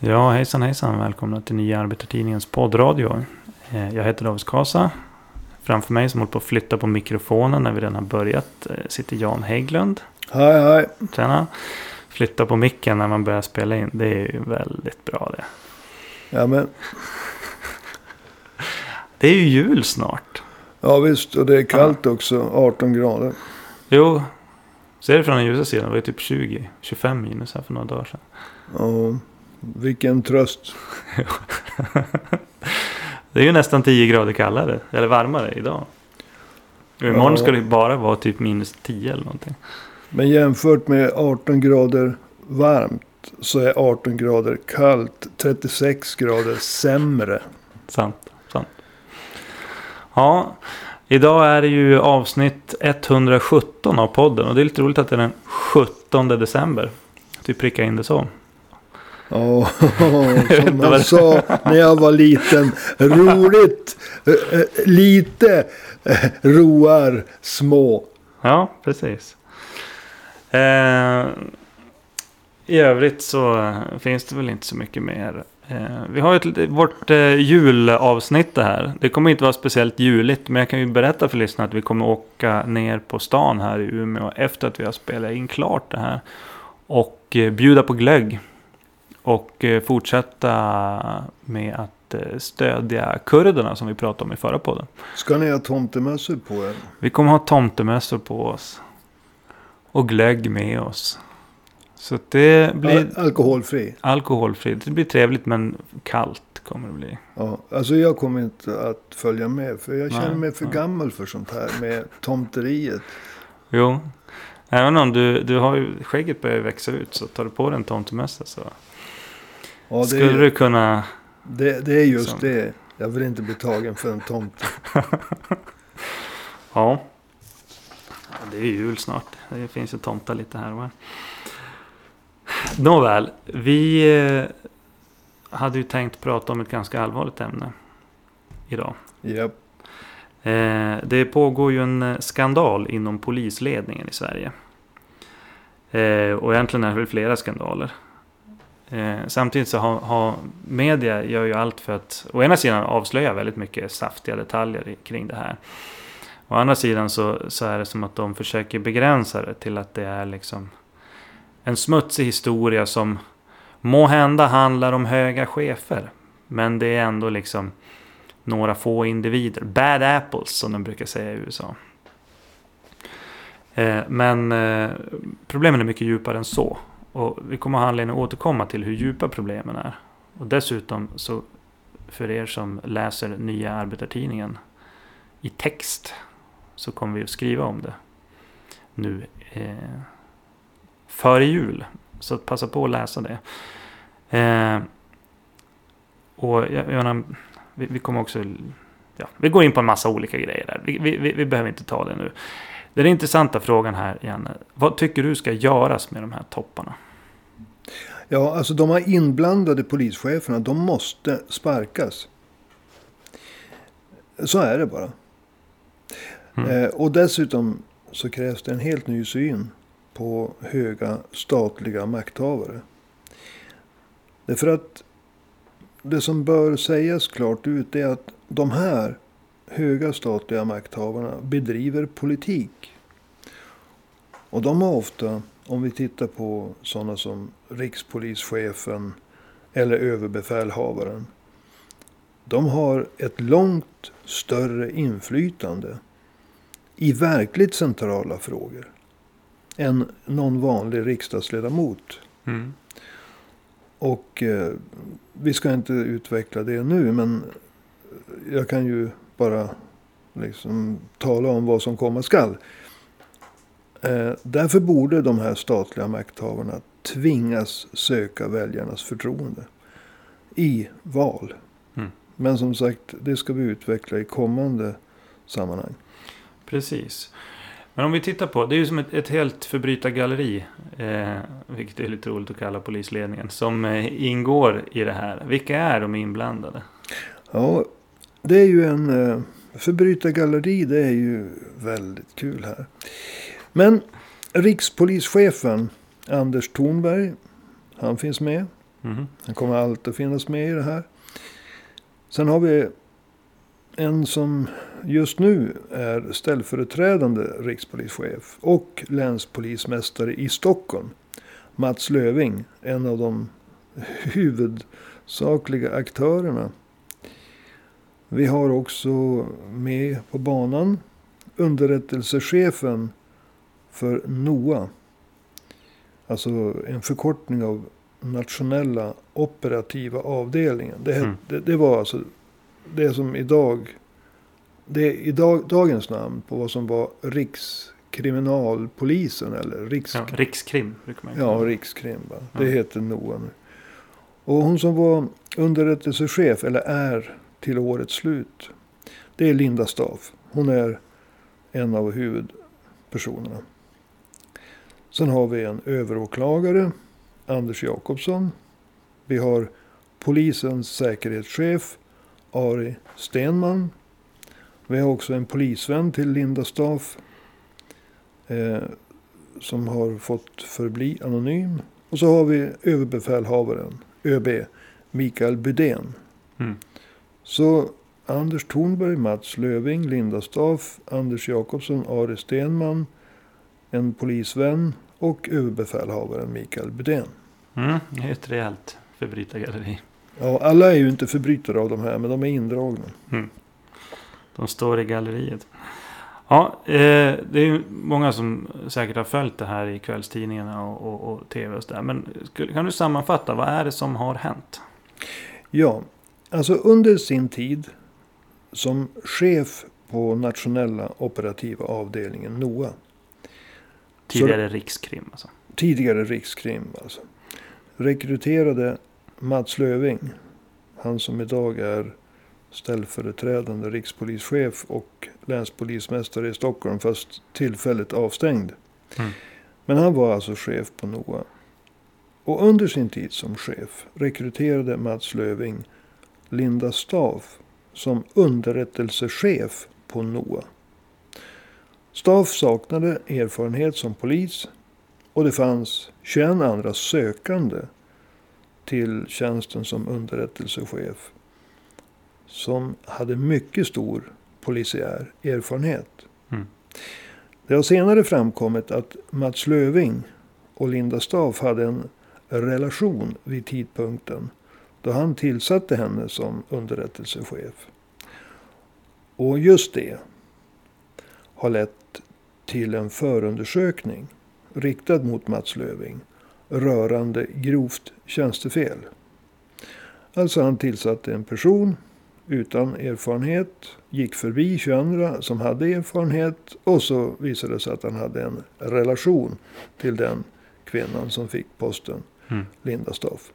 Ja, hejsan. Välkomna till Nya Arbetartidningens poddradio. Jag heter David Kasa. Framför mig som håller på att flytta på mikrofonen när vi redan har börjat sitter Jan Hägglund. Hej. Tjena. Flytta på micken när man börjar spela in. Det är ju väldigt bra det. Ja, men... Det är ju jul snart. Ja visst, och det är kallt också. 18 grader. Jo, ser det från den ljusa sidan. Det var typ 20-25 minus här för några dagar sedan. Ja, vilken tröst. Det är ju nästan 10 grader kallare. Eller varmare idag. Och imorgon ska det bara vara typ minus 10 eller någonting. Men jämfört med 18 grader varmt så är 18 grader kallt 36 grader sämre. Sant. Ja, idag är det ju avsnitt 117 av podden. Och det är lite roligt att det är den 17 december. Typ pricka in det så. Ja, som man sa när jag var liten. Roligt, lite roar små. Ja, precis. I övrigt så finns det väl inte så mycket mer. Vi har ju vårt julavsnitt det här. Det kommer inte vara speciellt juligt. Men jag kan ju berätta för lyssnarna att vi kommer åka ner på stan här i Umeå. Efter att vi har spelat in klart det här. Och bjuda på glögg. Och fortsätta med att stödja kurderna som vi pratade om i förra podden. Ska ni ha tomtemössor på er? Vi kommer ha tomtemössor på oss. Och glögg med oss. Så det blir... Alkoholfri. Det blir trevligt men kallt kommer det bli. Ja, alltså jag kommer inte att följa med. För jag känner mig för gammal för sånt här med tomteriet. Jo. Även om du har ju skägget börjar växa ut. Så tar du på dig en tomtemössa så... Ja, skulle du kunna... Det är just som... det. Jag vill inte bli tagen för en tomte. Ja. Det är ju jul snart. Det finns ju tomtar lite här och här. Nåväl, vi hade ju tänkt prata om ett ganska allvarligt ämne idag. Yep. Det pågår ju en skandal inom polisledningen i Sverige. Och egentligen är det väl flera skandaler. Samtidigt så har media gör ju allt för att å ena sidan avslöja väldigt mycket saftiga detaljer kring det här. Å andra sidan så är det som att de försöker begränsa det till att det är liksom en smutsig historia som må hända handlar om höga chefer. Men det är ändå liksom några få individer. Bad apples som de brukar säga i USA. Men problemen är mycket djupare än så. Och vi kommer ha anledning att återkomma till hur djupa problemen är. Och dessutom så för er som läser Nya Arbetartidningen i text så kommer vi att skriva om det nu före jul. Så passa på att läsa det. Och jag menar, vi kommer också... Ja, vi går in på en massa olika grejer där. Vi behöver inte ta det nu. Den intressanta frågan här, Janne. Vad tycker du ska göras med de här topparna? Ja, alltså de här inblandade polischeferna, de måste sparkas. Så är det bara. Och dessutom så krävs det en helt ny syn på höga statliga makthavare. Därför att det som bör sägas klart ut är att de här höga statliga makthavarna bedriver politik. Och de har ofta, om vi tittar på sådana som rikspolischefen eller överbefälhavaren. De har ett långt större inflytande i verkligt centrala frågor än någon vanlig riksdagsledamot. Och vi ska inte utveckla det nu, men jag kan ju bara liksom tala om vad som komma skall. Därför borde de här statliga makthavarna tvingas söka väljarnas förtroende i val. Men som sagt, det ska vi utveckla i kommande sammanhang. Precis. Men om vi tittar på, det är ju som ett helt förbrytargalleri, vilket är lite roligt att kalla polisledningen, som ingår i det här. Vilka är de inblandade? Ja, det är ju en förbrytargalleri, det är ju väldigt kul här. Men rikspolischefen Anders Thornberg, han finns med. Han kommer alltid att finnas med i det här. Sen har vi en som just nu är ställföreträdande rikspolischef och länspolismästare i Stockholm. Mats Löfving, en av de huvudsakliga aktörerna. Vi har också med på banan underrättelsechefen för NOA. Alltså en förkortning av nationella operativa avdelningen. Det var alltså det som dagens namn på vad som var Rikskriminalpolisen eller Rikskrim brukar man Ja, Rikskrim. Det heter NOA nu. Och hon som var underrättelsechef eller är till årets slut, det är Linda Staaf. Hon är en av huvudpersonerna. Sen har vi en överåklagare, Anders Jakobsson. Vi har polisens säkerhetschef, Ari Stenman. Vi har också en polisvän till Linda Staaf. Som har fått förbli anonym. Och så har vi överbefälhavaren, ÖB Mikael Bydén. Så Anders Thornberg, Mats Löfving, Linda Staaf, Anders Jakobsson, Ari Stenman, en polisvän och överbefälhavaren Mikael Bydén. Det är ett rejält förbrytargalleri. Ja, alla är ju inte förbrytare av de här, men de är indragna. De står i galleriet. Ja, det är ju många som säkert har följt det här i kvällstidningarna och tv och så där. Men kan du sammanfatta, vad är det som har hänt? Ja, alltså under sin tid som chef på nationella operativa avdelningen NOA. Tidigare Rikskrim alltså. Tidigare Rikskrim alltså. Rekryterade Mats Löfving, han som idag är ställföreträdande rikspolischef och länspolismästare i Stockholm, fast tillfälligt avstängd. Men han var alltså chef på NOA. Och under sin tid som chef rekryterade Mats Löfving Linda Staaf som underrättelsechef på NOA. Staaf saknade erfarenhet som polis och det fanns 21 andra sökande till tjänsten som underrättelsechef som hade mycket stor polisiär erfarenhet. Det har senare framkommit att Mats Löfving och Linda Staaf hade en relation vid tidpunkten då han tillsatte henne som underrättelsechef. Och just det har lett till en förundersökning riktad mot Mats Löfving rörande grovt tjänstefel. Alltså han tillsatte en person utan erfarenhet, gick förbi 22 som hade erfarenhet och så visade det sig att han hade en relation till den kvinnan som fick posten, Linda Staaf.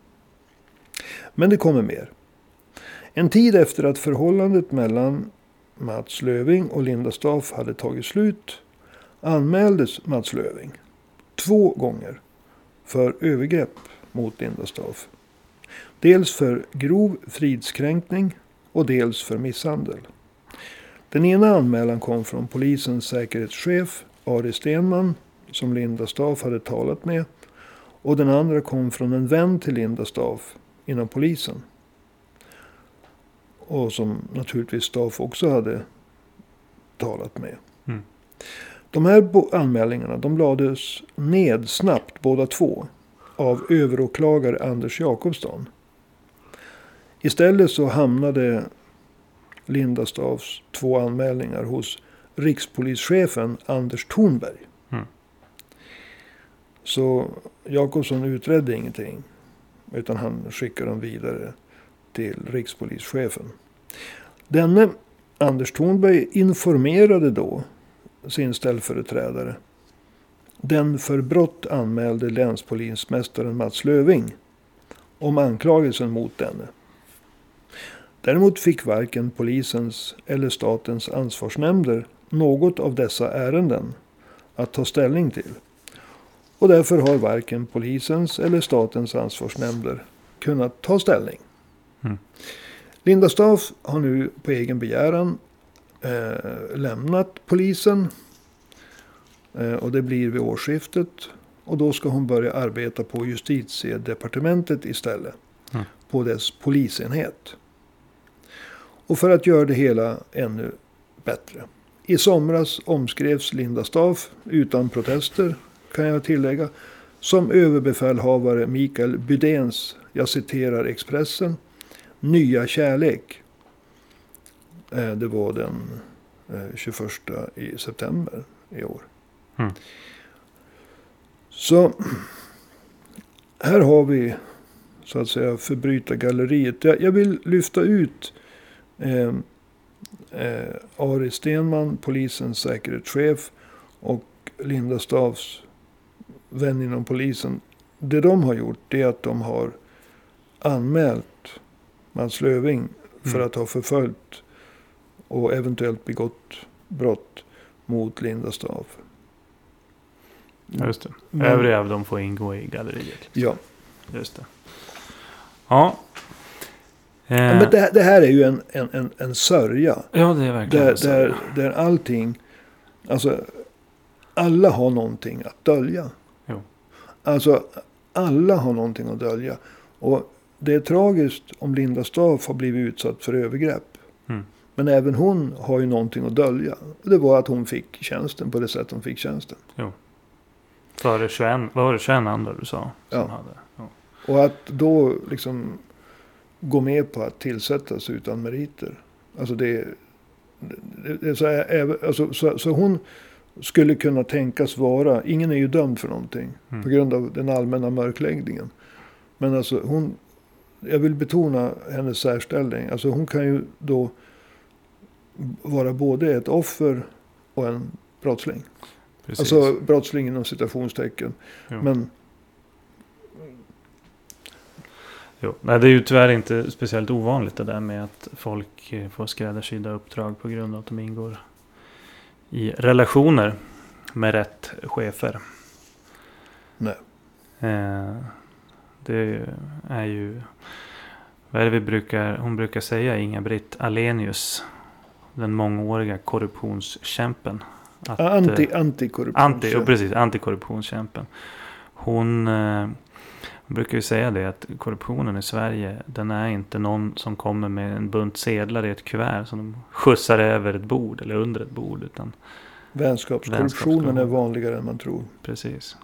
Men det kommer mer. En tid efter att förhållandet mellan Mats Löfving och Linda Staaf hade tagit slut anmäldes Mats Löfving 2 gånger för övergrepp mot Linda Staaf. Dels för grov fridskränkning och dels för misshandel. Den ena anmälan kom från polisens säkerhetschef Ari Stenman som Linda Staaf hade talat med. Och den andra kom från en vän till Linda Staaf inom polisen. Och som naturligtvis Staaf också hade talat med. De här anmälningarna de lades ned snabbt båda två av överåklagare Anders Jakobsson. Istället så hamnade Linda Staafs 2 anmälningar hos rikspolischefen Anders Thornberg. Så Jakobsson utredde ingenting. Utan han skickade dem vidare till rikspolischefen. Denne Anders Thornberg informerade då sin ställföreträdare. Den för brott anmälde länspolismästaren Mats Löfving om anklagelsen mot denne. Däremot fick varken polisens eller statens ansvarsnämnder något av dessa ärenden att ta ställning till. Och därför har varken polisens eller statens ansvarsnämnder kunnat ta ställning. Linda Staaf har nu på egen begäran lämnat polisen. Och det blir vid årsskiftet. Och då ska hon börja arbeta på justitiedepartementet istället. På dess polisenhet. Och för att göra det hela ännu bättre. I somras omskrevs Linda Staaf utan protester, kan jag tillägga, som överbefälhavare Mikael Bydéns, jag citerar Expressen, nya kärlek. Det var den 21 i september i år. Så här har vi så att säga förbrytargalleriet. Jag vill lyfta ut Ari Stenman, polisens säkerhetschef, och Linda Staafs vän inom polisen. Det de har gjort är att de har anmält Mats Löfving för att ha förföljt och eventuellt begått brott mot Linda Staaf. Just det. Övriga av dem får ingå i galleriet. Ja. Just det. Ja. Men det här är ju en sörja. Ja, det är verkligen där allting, alltså alla har någonting att dölja. Jo. Alltså alla har någonting att dölja. Och det är tragiskt om Linda Staaf har blivit utsatt för övergrepp. Men även hon har ju någonting att dölja. Det var att hon fick tjänsten på det sätt hon fick tjänsten. Jo. Före 21, var det 21 andra du sa? Som hade. Ja. Och att då liksom gå med på att tillsättas utan meriter. Alltså det är så hon skulle kunna tänkas vara, ingen är ju dömd för någonting på grund av den allmänna mörkläggningen. Men alltså jag vill betona hennes särställning. Alltså hon kan ju då vara både ett offer och en brottsling. Precis. Alltså brottsling inom citationstecken. Jo. Men nej, det är ju tyvärr inte speciellt ovanligt det där med att folk får skräddarsydda uppdrag på grund av att de ingår i relationer med rätt chefer. Nej. Det är ju, vad är det hon brukar säga, Inga-Britt Ahlenius, den mångåriga korruptionskämpen. Antikorruptionskämpen. Hon brukar ju säga det, att korruptionen i Sverige, den är inte någon som kommer med en bunt sedlar i ett kuvert som de skjutsar över ett bord eller under ett bord, utan vänskapskorruptionen är vanligare än man tror. Precis.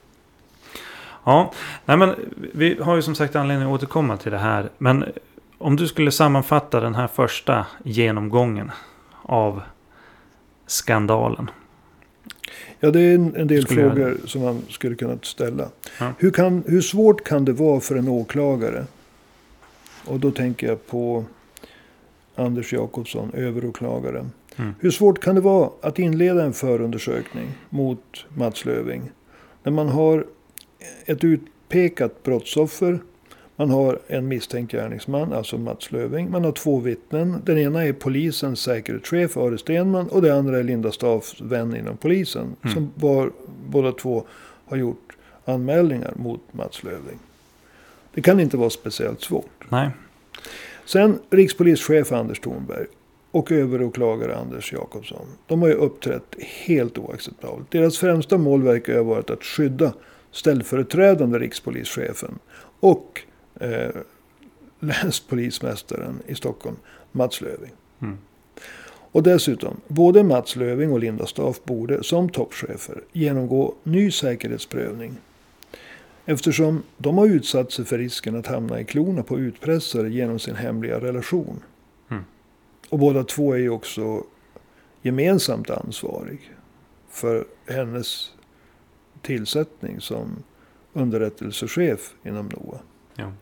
Ja, nej men vi har ju som sagt anledning att återkomma till det här. Men om du skulle sammanfatta den här första genomgången av skandalen. Ja, det är en del frågor som man skulle kunna ställa. Ja. Hur svårt kan det vara för en åklagare? Och då tänker jag på Anders Jakobsson, överåklagaren. Hur svårt kan det vara att inleda en förundersökning mot Mats Löfving? När man har ett utpekat brottsoffer, man har en misstänkt gärningsman, alltså Mats Löfving. Man har 2 vittnen. Den ena är polisens säkerhetschef, Ari Stenman, och det andra är Linda Staafs vän inom polisen. Som båda två har gjort anmälningar mot Mats Löfving. Det kan inte vara speciellt svårt. Nej. Sen rikspolischef Anders Thornberg och överåklagare Anders Jakobsson. De har ju uppträtt helt oacceptabelt. Deras främsta mål verkar ha varit att skydda ställföreträdande rikspolischefen och länspolismästaren i Stockholm, Mats Löfving. Och dessutom, både Mats Löfving och Linda Staaf borde som toppchefer genomgå ny säkerhetsprövning. Eftersom de har utsatt sig för risken att hamna i klorna på utpressare genom sin hemliga relation. Och båda två är ju också gemensamt ansvarig för hennes tillsättning som underrättelsechef inom NOA. Ja.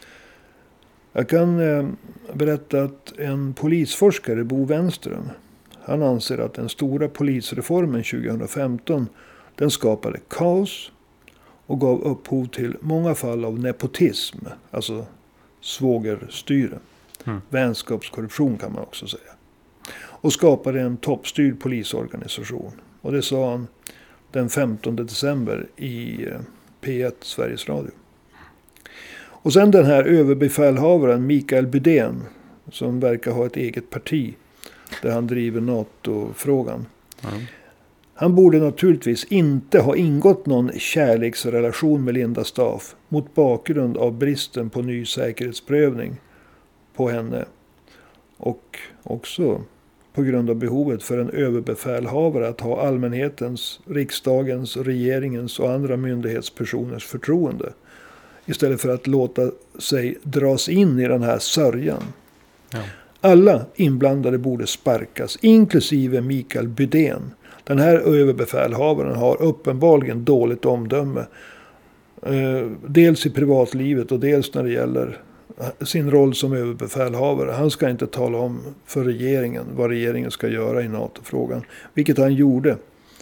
Jag kan berätta att en polisforskare, Bo Wenström, han anser att den stora polisreformen 2015, den skapade kaos och gav upphov till många fall av nepotism, alltså svågerstyre. Vänskapskorruption kan man också säga. Och skapade en toppstyrd polisorganisation. Och det sa han den 15 december i P1 Sveriges Radio. Och sen den här överbefälhavaren Mikael Bydén, som verkar ha ett eget parti där han driver NATO-frågan. Han borde naturligtvis inte ha ingått någon kärleksrelation med Linda Staaf mot bakgrund av bristen på ny säkerhetsprövning på henne. Och också på grund av behovet för en överbefälhavare att ha allmänhetens, riksdagens, regeringens och andra myndighetspersoners förtroende. Istället för att låta sig dras in i den här sörjan. Ja. Alla inblandade borde sparkas, inklusive Mikael Bydén. Den här överbefälhavaren har uppenbarligen dåligt omdöme. Dels i privatlivet och dels när det gäller sin roll som överbefälhavare. Han ska inte tala om för regeringen vad regeringen ska göra i NATO-frågan. Vilket han gjorde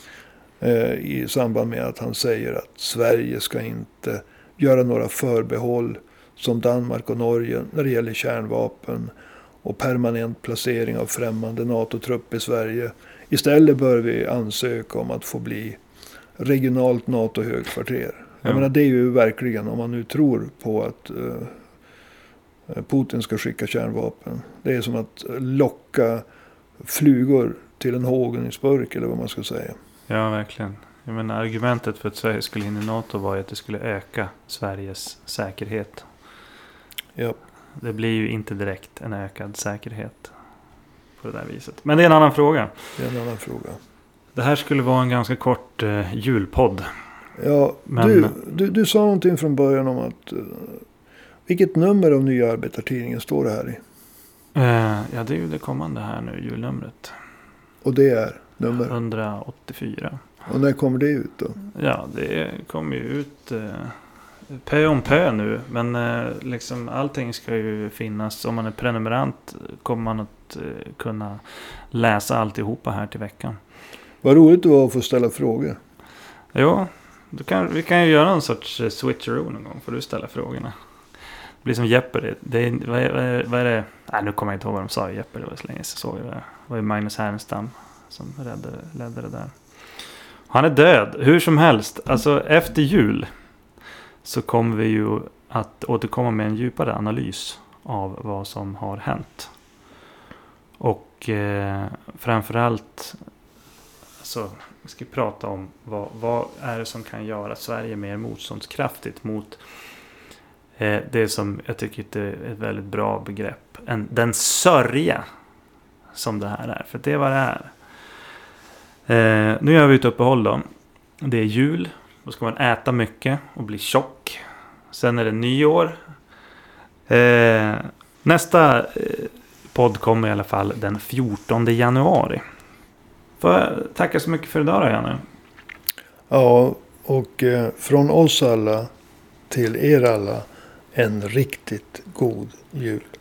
i samband med att han säger att Sverige ska inte göra några förbehåll som Danmark och Norge när det gäller kärnvapen och permanent placering av främmande NATO-trupp i Sverige. Istället bör vi ansöka om att få bli regionalt NATO-högkvarter. Jag menar, det är ju verkligen, om man nu tror på att Putin ska skicka kärnvapen. Det är som att locka flugor till en hågningsburk eller vad man ska säga. Ja, verkligen. Jag menar, argumentet för att Sverige skulle in i NATO var ju att det skulle öka Sveriges säkerhet. Ja. Det blir ju inte direkt en ökad säkerhet på det där viset. Men det är en annan fråga. Det är en annan fråga. Det här skulle vara en ganska kort julpodd. Ja, men du sa någonting från början om att vilket nummer av Nya Arbetartidningen står det här i? Ja, det är ju det kommande här nu, julnumret. Och det är nummer? 184. Och när kommer det ut då? Ja, det kommer ju ut pö om pö nu. Men liksom allting ska ju finnas. Om man är prenumerant kommer man att kunna läsa alltihopa här till veckan. Vad roligt det var att få ställa frågor. Ja, vi kan ju göra en sorts switcheroo någon gång. För du ställa frågorna. Det blir som Jeopardy. Vad är det? Nej, nu kommer jag inte ihåg vad de sa i Jeopardy. Det var så länge så såg jag det. Det var ju Magnus Härenstam som ledde det där. Han är död, hur som helst. Alltså efter jul så kommer vi ju att återkomma med en djupare analys av vad som har hänt. Och framförallt så vi ska prata om vad är det som kan göra Sverige mer motståndskraftigt mot det som jag tycker är ett väldigt bra begrepp. Den sörja som det här är. För det är vad det är. Nu gör vi ett uppehåll då. Det är jul. Då ska man äta mycket och bli tjock. Sen är det nyår. Nästa podd kommer i alla fall den 14 januari. Får jag tacka så mycket för idag då, Janne. Ja, och från oss alla till er alla en riktigt god jul.